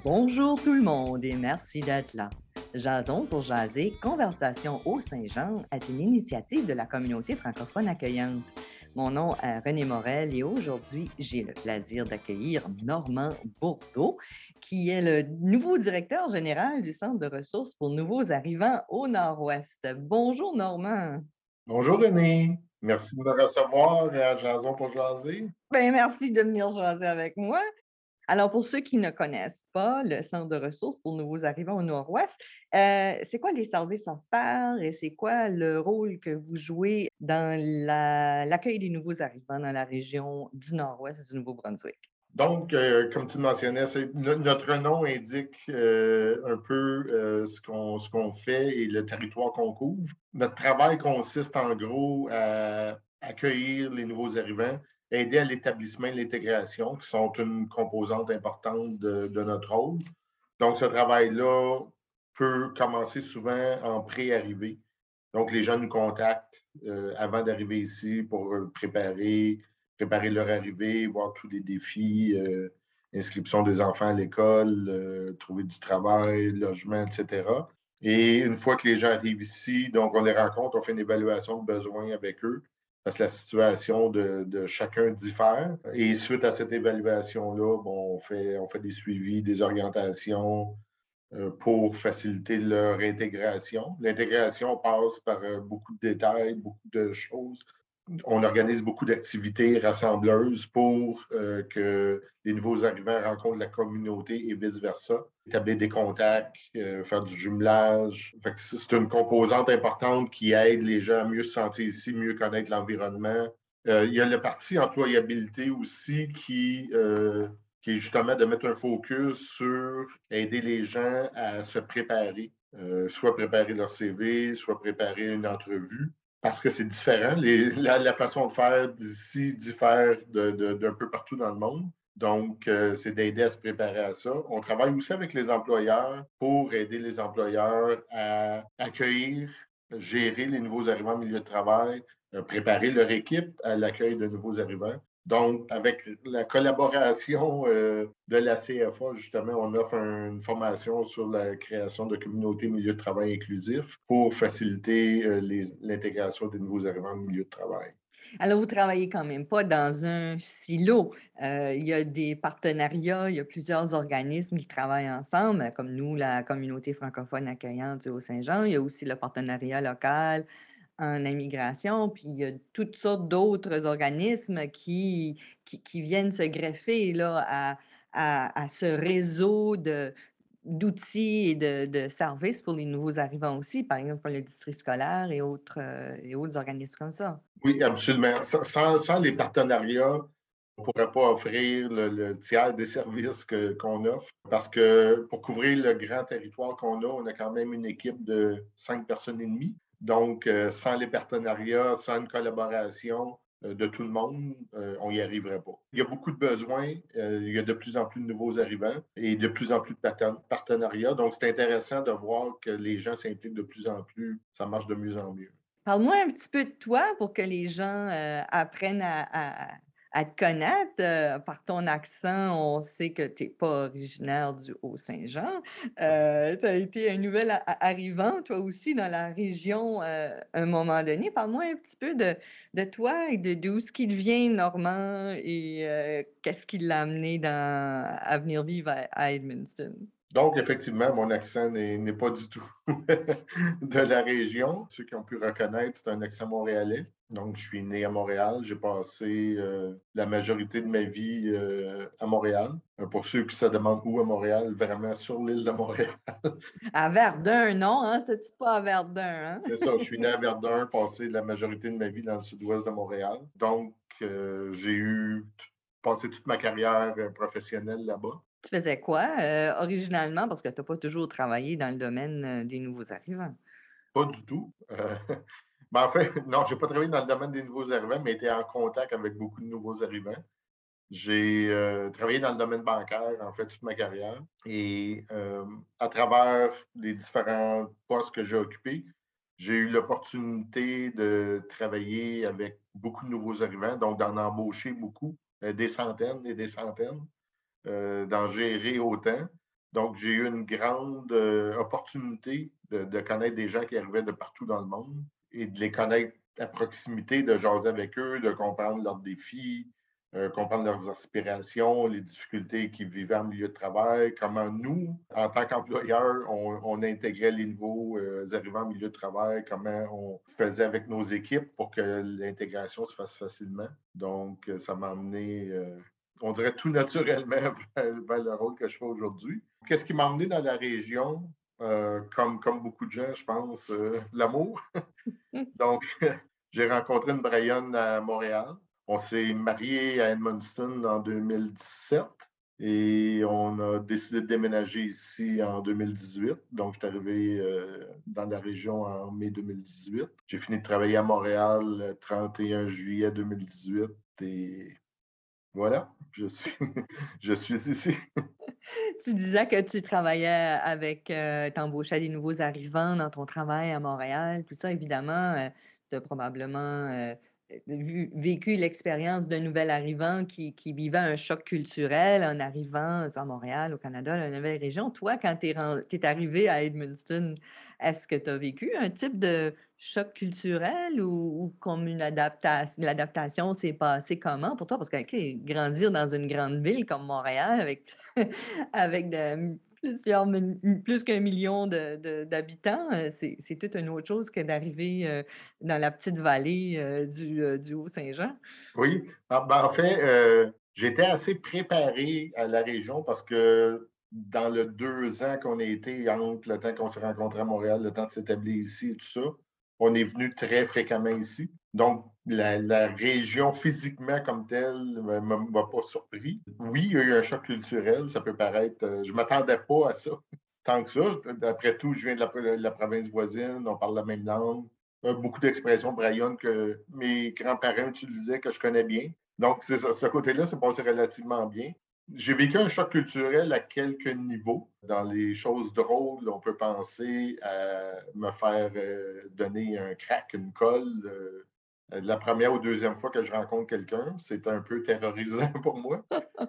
Bonjour tout le monde et merci d'être là. Jason pour jaser, Conversation au Saint-Jean est une initiative de la communauté francophone accueillante. Mon nom est René Morel et aujourd'hui, j'ai le plaisir d'accueillir Normand Bourdeau, qui est le nouveau directeur général du Centre de ressources pour nouveaux arrivants au Nord-Ouest. Bonjour Normand. Bonjour René, merci de me recevoir à Jason pour jaser. Ben, merci de venir jaser avec moi. Alors, pour ceux qui ne connaissent pas le Centre de ressources pour nouveaux arrivants au Nord-Ouest, c'est quoi les services offerts et c'est quoi le rôle que vous jouez dans l'accueil des nouveaux arrivants dans la région du Nord-Ouest du Nouveau-Brunswick? Donc, comme tu le mentionnais, notre nom indique un peu ce qu'on fait et le territoire qu'on couvre. Notre travail consiste en gros à accueillir les nouveaux arrivants, aider à l'établissement et l'intégration, qui sont une composante importante de notre rôle. Donc, ce travail-là peut commencer souvent en pré-arrivée. Donc, les gens nous contactent avant d'arriver ici pour préparer leur arrivée, voir tous les défis, inscription des enfants à l'école, trouver du travail, logement, etc. Et une fois que les gens arrivent ici, donc on les rencontre, on fait une évaluation de besoins avec eux parce que la situation de chacun diffère. Et suite à cette évaluation-là, bon, on fait des suivis, des orientations, pour faciliter leur intégration. L'intégration passe par beaucoup de détails, beaucoup de choses. On organise beaucoup d'activités rassembleuses pour que les nouveaux arrivants rencontrent la communauté et vice-versa. Établir des contacts, faire du jumelage. Fait que c'est une composante importante qui aide les gens à mieux se sentir ici, mieux connaître l'environnement. Il y a la partie employabilité aussi qui est justement de mettre un focus sur aider les gens à se préparer, soit préparer leur CV, soit préparer une entrevue, parce que c'est différent. La façon de faire d'ici diffère d'un peu partout dans le monde. Donc, c'est d'aider à se préparer à ça. On travaille aussi avec les employeurs pour aider les employeurs à accueillir, gérer les nouveaux arrivants au milieu de travail, préparer leur équipe à l'accueil de nouveaux arrivants. Donc, avec la collaboration de la CFA, justement, on offre une formation sur la création de communautés milieu de travail inclusif pour faciliter l'intégration des nouveaux arrivants au milieu de travail. Alors, vous travaillez quand même pas dans un silo. Il y a des partenariats, il y a plusieurs organismes qui travaillent ensemble, comme nous, la communauté francophone accueillante du Haut-Saint-Jean. Il y a aussi le partenariat local en immigration, puis il y a toutes sortes d'autres organismes qui viennent se greffer là, à ce réseau d'outils et de services pour les nouveaux arrivants aussi, par exemple pour le district scolaire et autres organismes comme ça. Oui, absolument. Sans les partenariats, on ne pourrait pas offrir le tiers des services qu'on offre parce que pour couvrir le grand territoire qu'on a, on a quand même une équipe de 5 personnes et demie. Donc, sans les partenariats, sans une collaboration de tout le monde, on n'y arriverait pas. Il y a beaucoup de besoins, il y a de plus en plus de nouveaux arrivants et de plus en plus de partenariats. Donc, c'est intéressant de voir que les gens s'impliquent de plus en plus, ça marche de mieux en mieux. Parle-moi un petit peu de toi pour que les gens, apprennent à te connaître, par ton accent, on sait que tu es pas originaire du Haut-Saint-Jean. Tu as été un nouvel arrivant, toi aussi, dans la région, un moment donné. Parle-moi un petit peu de toi et de d'où ce qui vient Normand et qu'est-ce qui l'a amené à venir vivre à Edmundston? Donc, effectivement, mon accent n'est pas du tout de la région. Ceux qui ont pu reconnaître, c'est un accent montréalais. Donc, je suis né à Montréal. J'ai passé la majorité de ma vie à Montréal. Pour ceux qui se demandent où à Montréal, vraiment sur l'île de Montréal. À Verdun, non, hein? C'est-tu pas à Verdun, hein? C'est ça, je suis né à Verdun, passé la majorité de ma vie dans le sud-ouest de Montréal. Donc, passé toute ma carrière professionnelle là-bas. Tu faisais quoi, originalement? Parce que tu as pas toujours travaillé dans le domaine, des nouveaux arrivants. Pas du tout. Ben, en fait, non, j'ai pas travaillé dans le domaine des nouveaux arrivants, mais été en contact avec beaucoup de nouveaux arrivants. J'ai travaillé dans le domaine bancaire, en fait, toute ma carrière. Et à travers les différents postes que j'ai occupés, j'ai eu l'opportunité de travailler avec beaucoup de nouveaux arrivants, donc d'en embaucher beaucoup, des centaines et des centaines, d'en gérer autant. Donc, j'ai eu une grande opportunité de connaître des gens qui arrivaient de partout dans le monde et de les connaître à proximité, de jaser avec eux, de comprendre leurs défis, comprendre leurs aspirations, les difficultés qu'ils vivaient en milieu de travail, comment nous, en tant qu'employeurs, on intégrait les nouveaux arrivants en milieu de travail, comment on faisait avec nos équipes pour que l'intégration se fasse facilement. Donc, ça m'a amené, on dirait tout naturellement vers le rôle que je fais aujourd'hui. Qu'est-ce qui m'a emmené dans la région? Comme beaucoup de gens, je pense, l'amour. Donc, j'ai rencontré une Brayonne à Montréal. On s'est mariés à Edmundston en 2017 et on a décidé de déménager ici en 2018. Donc, je suis arrivé dans la région en mai 2018. J'ai fini de travailler à Montréal le 31 juillet 2018 et voilà, je suis ici. Tu disais que tu travaillais avec, tu embauchais des nouveaux arrivants dans ton travail à Montréal, tout ça évidemment, tu as probablement, vécu l'expérience d'un nouvel arrivant qui vivait un choc culturel en arrivant à Montréal, au Canada, la nouvelle région. Toi, quand tu es arrivé à Edmundston, est-ce que tu as vécu un type de choc culturel ou comme une adaptation l'adaptation s'est passée comment pour toi? Parce que, OK, grandir dans une grande ville comme Montréal avec avec plus qu'un million d'habitants, c'est toute une autre chose que d'arriver, dans la petite vallée, du Haut-Saint-Jean. Oui, en fait, j'étais assez préparé à la région parce que dans le 2 ans qu'on a été, entre le temps qu'on s'est rencontrés à Montréal, le temps de s'établir ici et tout ça, on est venu très fréquemment ici. Donc, la région physiquement comme telle ne m'a pas surpris. Oui, il y a eu un choc culturel, ça peut paraître, je ne m'attendais pas à ça tant que ça. Après tout, je viens de la province voisine, on parle la même langue beaucoup d'expressions braillonnes que mes grands-parents utilisaient, que je connais bien. Donc, c'est ça, ce côté-là, c'est passé relativement bien. J'ai vécu un choc culturel à quelques niveaux. Dans les choses drôles, on peut penser à me faire donner un crack, une colle. La première ou deuxième fois que je rencontre quelqu'un, c'est un peu terrorisant pour moi.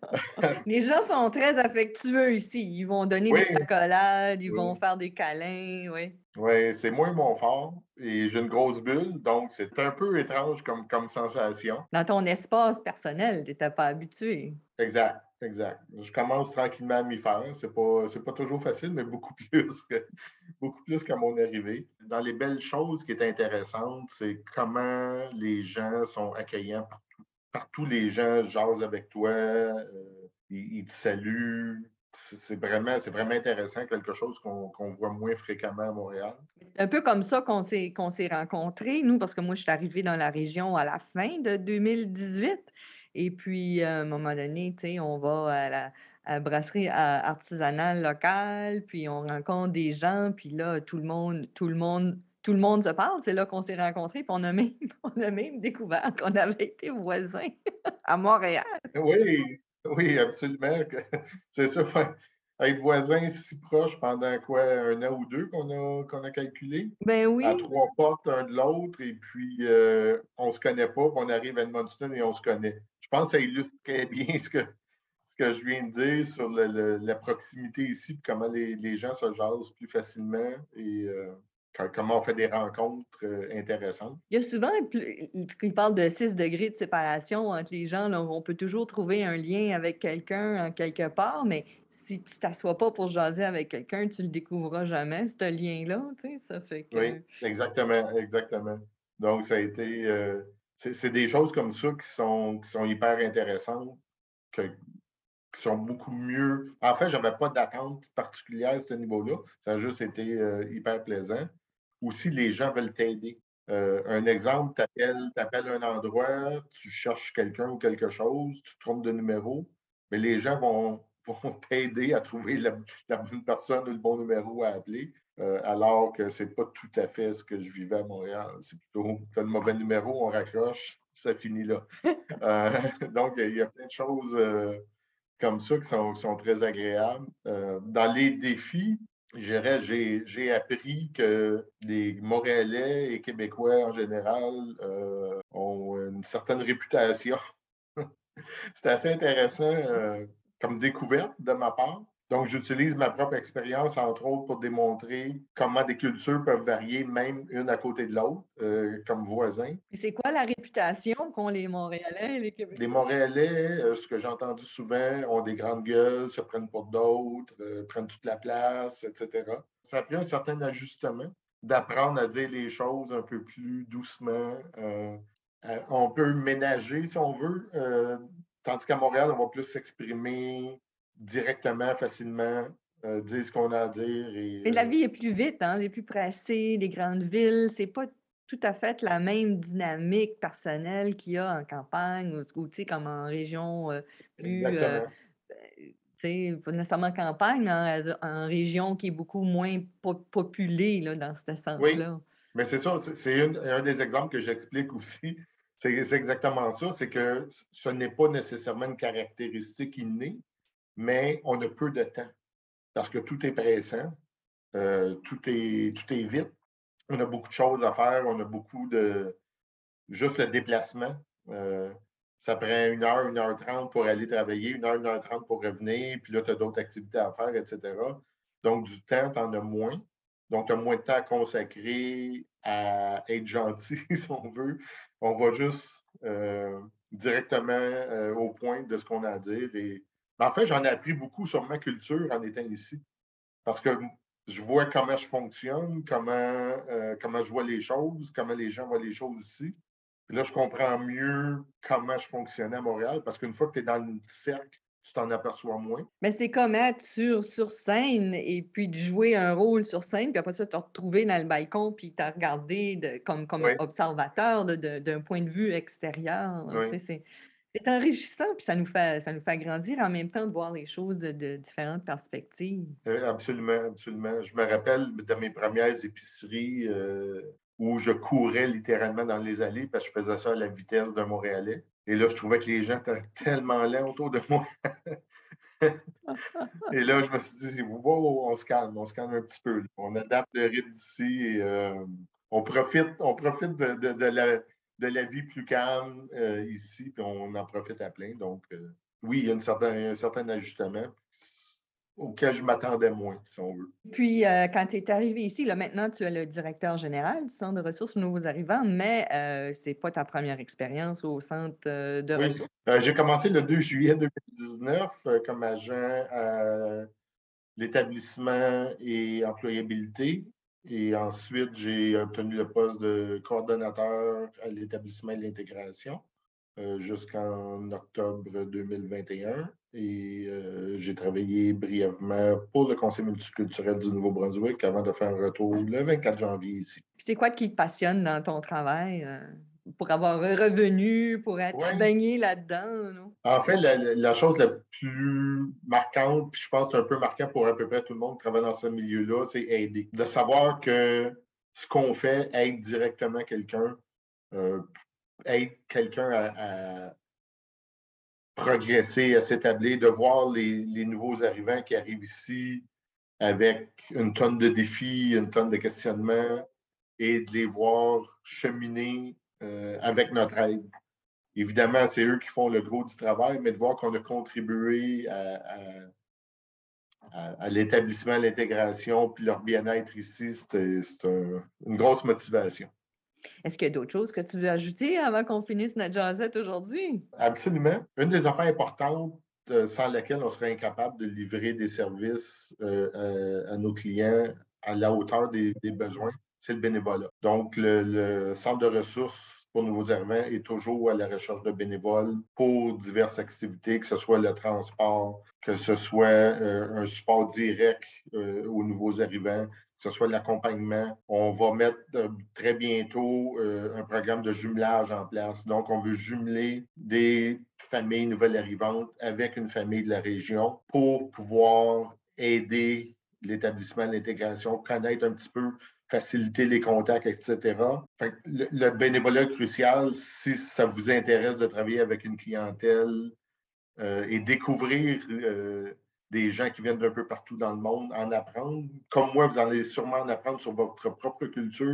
Les gens sont très affectueux ici. Ils vont donner Oui, des accolades, ils vont oui. faire des câlins, oui. Oui, c'est moins mon fort et j'ai une grosse bulle, donc c'est un peu étrange comme sensation. Dans ton espace personnel, tu étais pas habitué. Exact, exact. Je commence tranquillement à m'y faire. C'est pas toujours facile, mais beaucoup plus beaucoup plus qu'à mon arrivée. Dans les belles choses qui est intéressante, c'est comment les gens sont accueillants partout. Partout, les gens jasent avec toi, ils te saluent. C'est vraiment intéressant, quelque chose qu'on voit moins fréquemment à Montréal. C'est un peu comme ça qu'on s'est rencontrés, nous, parce que moi, je suis arrivée dans la région à la fin de 2018 et puis, à un moment donné, tu sais, on va à la brasserie artisanale locale, puis on rencontre des gens, puis là, tout le monde se parle. C'est là qu'on s'est rencontrés, puis on a même on a même découvert qu'on avait été voisins à Montréal. Oui, oui, absolument. C'est ça. Être voisins si proches pendant quoi, 1 an ou 2 qu'on a calculé, Ben à oui. 3 portes l'un de l'autre, et puis on se connaît pas, puis on arrive à Edmundston et on se connaît. Je pense que ça illustre très bien ce que je viens de dire sur la proximité ici, puis comment les gens se jasent plus facilement et comment on fait des rencontres intéressantes. Il y a souvent ils parlent de 6 degrés de séparation entre les gens, là. On peut toujours trouver un lien avec quelqu'un en quelque part, mais si tu t'assois pas pour jaser avec quelqu'un, tu le découvriras jamais, ce lien-là, tu sais? Ça fait Oui, que exactement, exactement. Donc, ça a été, c'est des choses comme ça qui sont hyper intéressantes, qui sont beaucoup mieux. En fait, j'avais pas d'attente particulière à ce niveau-là. Ça a juste été hyper plaisant. Aussi, les gens veulent t'aider. Un exemple, tu appelles un endroit, tu cherches quelqu'un ou quelque chose, tu te trompes de numéro, mais les gens vont t'aider à trouver la bonne personne ou le bon numéro à appeler, alors que c'est pas tout à fait ce que je vivais à Montréal. C'est plutôt, tu as le mauvais numéro, on raccroche, ça finit là. Euh, donc, il y a plein de choses comme ça qui sont très agréables. Dans les défis, je dirais, j'ai appris que les Montréalais et Québécois en général ont une certaine réputation. C'était assez intéressant comme découverte de ma part. Donc, j'utilise ma propre expérience, entre autres, pour démontrer comment des cultures peuvent varier, même une à côté de l'autre, comme voisins. Puis c'est quoi la réputation qu'ont les Montréalais et les Les Québécois? Montréalais, ce que j'ai entendu souvent, ont des grandes gueules, se prennent pour d'autres, prennent toute la place, etc. Ça a pris un certain ajustement d'apprendre à dire les choses un peu plus doucement. On peut ménager si on veut, tandis qu'à Montréal, on va plus s'exprimer directement, facilement, dire ce qu'on a à dire. Mais la vie est plus vite, hein, elle est plus pressée, les grandes villes, c'est pas tout à fait la même dynamique personnelle qu'il y a en campagne ou tu sais, comme en région, plus, Exactement. tu sais, pas nécessairement campagne, mais en région qui est beaucoup moins populée, là, dans ce Oui, sens-là. mais c'est ça, c'est un des exemples que j'explique aussi. C'est exactement ça, c'est que ce n'est pas nécessairement une caractéristique innée, mais on a peu de temps parce que tout est pressant, tout est vite. On a beaucoup de choses à faire, on a beaucoup de. Juste le déplacement. euh, Ça prend 1 heure 30 pour aller travailler, 1 heure 30 pour revenir, puis là, tu as d'autres activités à faire, etc. Donc, du temps, tu en as moins. Donc, tu as moins de temps à consacrer à être gentil, si on veut. On va juste directement au point de ce qu'on a à dire. En fait, j'en ai appris beaucoup sur ma culture en étant ici. Parce que je vois comment je fonctionne, comment je vois les choses, comment les gens voient les choses ici. Puis là, je comprends mieux comment je fonctionnais à Montréal, parce qu'une fois que tu es dans le cercle, tu t'en aperçois moins. Mais c'est comme être sur scène et puis de jouer un rôle sur scène, puis après ça, te retrouver dans le balcon, puis tu regarder comme Oui, observateur d'un point de vue extérieur, là. Tu sais, oui, c'est enrichissant, puis ça nous fait grandir en même temps de voir les choses de différentes perspectives. absolument, absolument. Je me rappelle de mes premières épiceries où je courais littéralement dans les allées parce que je faisais ça à la vitesse d'un Montréalais. Et là, je trouvais que les gens étaient tellement lents autour de moi. Et là, je me suis dit, wow, on se calme un petit peu, là. On adapte le rythme d'ici et on profite de la vie plus calme ici, puis on en profite à plein. Donc, oui, il y a un certain ajustement auquel je m'attendais moins, si on veut. Puis, quand tu es arrivé ici, là, maintenant, tu es le directeur général du Centre de ressources aux nouveaux arrivants, mais c'est pas ta première expérience au centre, de Oui, ressources. j'ai commencé le 2 juillet 2019 comme agent à l'établissement et employabilité. Et ensuite, j'ai obtenu le poste de coordonnateur à l'établissement et l'intégration jusqu'en octobre 2021. Et j'ai travaillé brièvement pour le Conseil multiculturel du Nouveau-Brunswick avant de faire un retour le 24 janvier ici. Puis c'est quoi qui te passionne dans ton travail, pour avoir un revenu, pour être Oui, baigné là-dedans, non? en fait, la chose la plus marquante, puis je pense que c'est un peu marquant pour à peu près tout le monde qui travaille dans ce milieu-là, c'est aider. De savoir que ce qu'on fait aide directement quelqu'un, euh, aide quelqu'un à progresser, à s'établir, de voir les nouveaux arrivants qui arrivent ici avec une tonne de défis, une tonne de questionnements, et de les voir cheminer avec notre aide. Évidemment, c'est eux qui font le gros du travail, mais de voir qu'on a contribué à l'établissement, à l'intégration, puis leur bien-être ici, une grosse motivation. Est-ce qu'il y a d'autres choses que tu veux ajouter avant qu'on finisse notre jasette aujourd'hui? Absolument. Une des affaires importantes sans laquelle on serait incapable de livrer des services à nos clients à la hauteur des besoins, c'est le bénévolat. Donc, le centre de ressources pour nouveaux arrivants est toujours à la recherche de bénévoles pour diverses activités, que ce soit le transport, que ce soit un support direct aux nouveaux arrivants, que ce soit l'accompagnement. On va mettre très bientôt un programme de jumelage en place. Donc, on veut jumeler des familles nouvelles arrivantes avec une famille de la région pour pouvoir aider l'établissement, l'intégration, connaître un petit peu, faciliter les contacts, etc. Fait que le bénévolat est crucial si ça vous intéresse de travailler avec une clientèle et découvrir des gens qui viennent d'un peu partout dans le monde, en apprendre. Comme moi, vous allez sûrement en apprendre sur votre propre culture,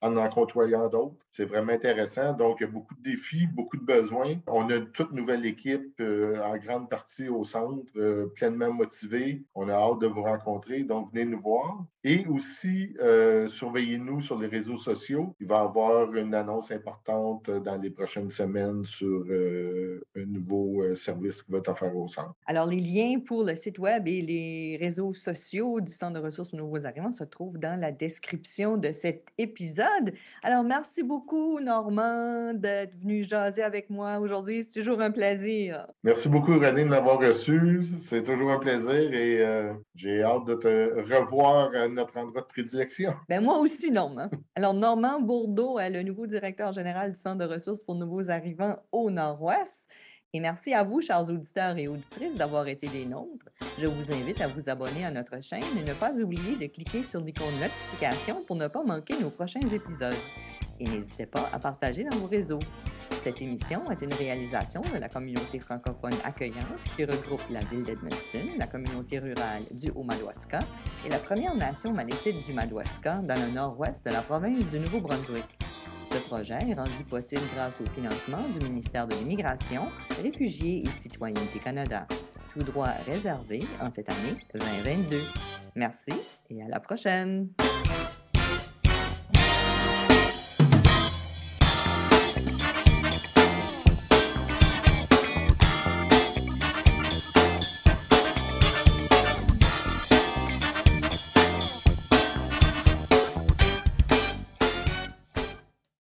en côtoyant d'autres. C'est vraiment intéressant. Donc, il y a beaucoup de défis, beaucoup de besoins. On a une toute nouvelle équipe, en grande partie au centre, pleinement motivée. On a hâte de vous rencontrer. Donc, venez nous voir. Et aussi, surveillez-nous sur les réseaux sociaux. Il va y avoir une annonce importante dans les prochaines semaines sur un nouveau service qui va être offert au centre. Alors, les liens pour le site web et les réseaux sociaux du Centre de ressources pour nouveaux arrivants se trouvent dans la description de cet épisode. Alors, merci beaucoup, Normand, d'être venu jaser avec moi aujourd'hui. C'est toujours un plaisir. Merci beaucoup, René, de m'avoir reçu. C'est toujours un plaisir et j'ai hâte de te revoir à notre endroit de prédilection. Ben moi aussi, Normand. Alors, Normand Bourdeau est le nouveau directeur général du Centre de ressources pour nouveaux arrivants au Nord-Ouest. Et merci à vous, chers auditeurs et auditrices, d'avoir été des nôtres. Je vous invite à vous abonner à notre chaîne et ne pas oublier de cliquer sur l'icône notification pour ne pas manquer nos prochains épisodes. Et n'hésitez pas à partager dans vos réseaux. Cette émission est une réalisation de la communauté francophone accueillante qui regroupe la ville d'Edmundston, la communauté rurale du Haut-Madawaska et la Première Nation malécite du Madawaska dans le nord-ouest de la province du Nouveau-Brunswick. Ce projet est rendu possible grâce au financement du ministère de l'Immigration, Réfugiés et Citoyenneté Canada. Tout droit réservé en cette année 2022. Merci et à la prochaine!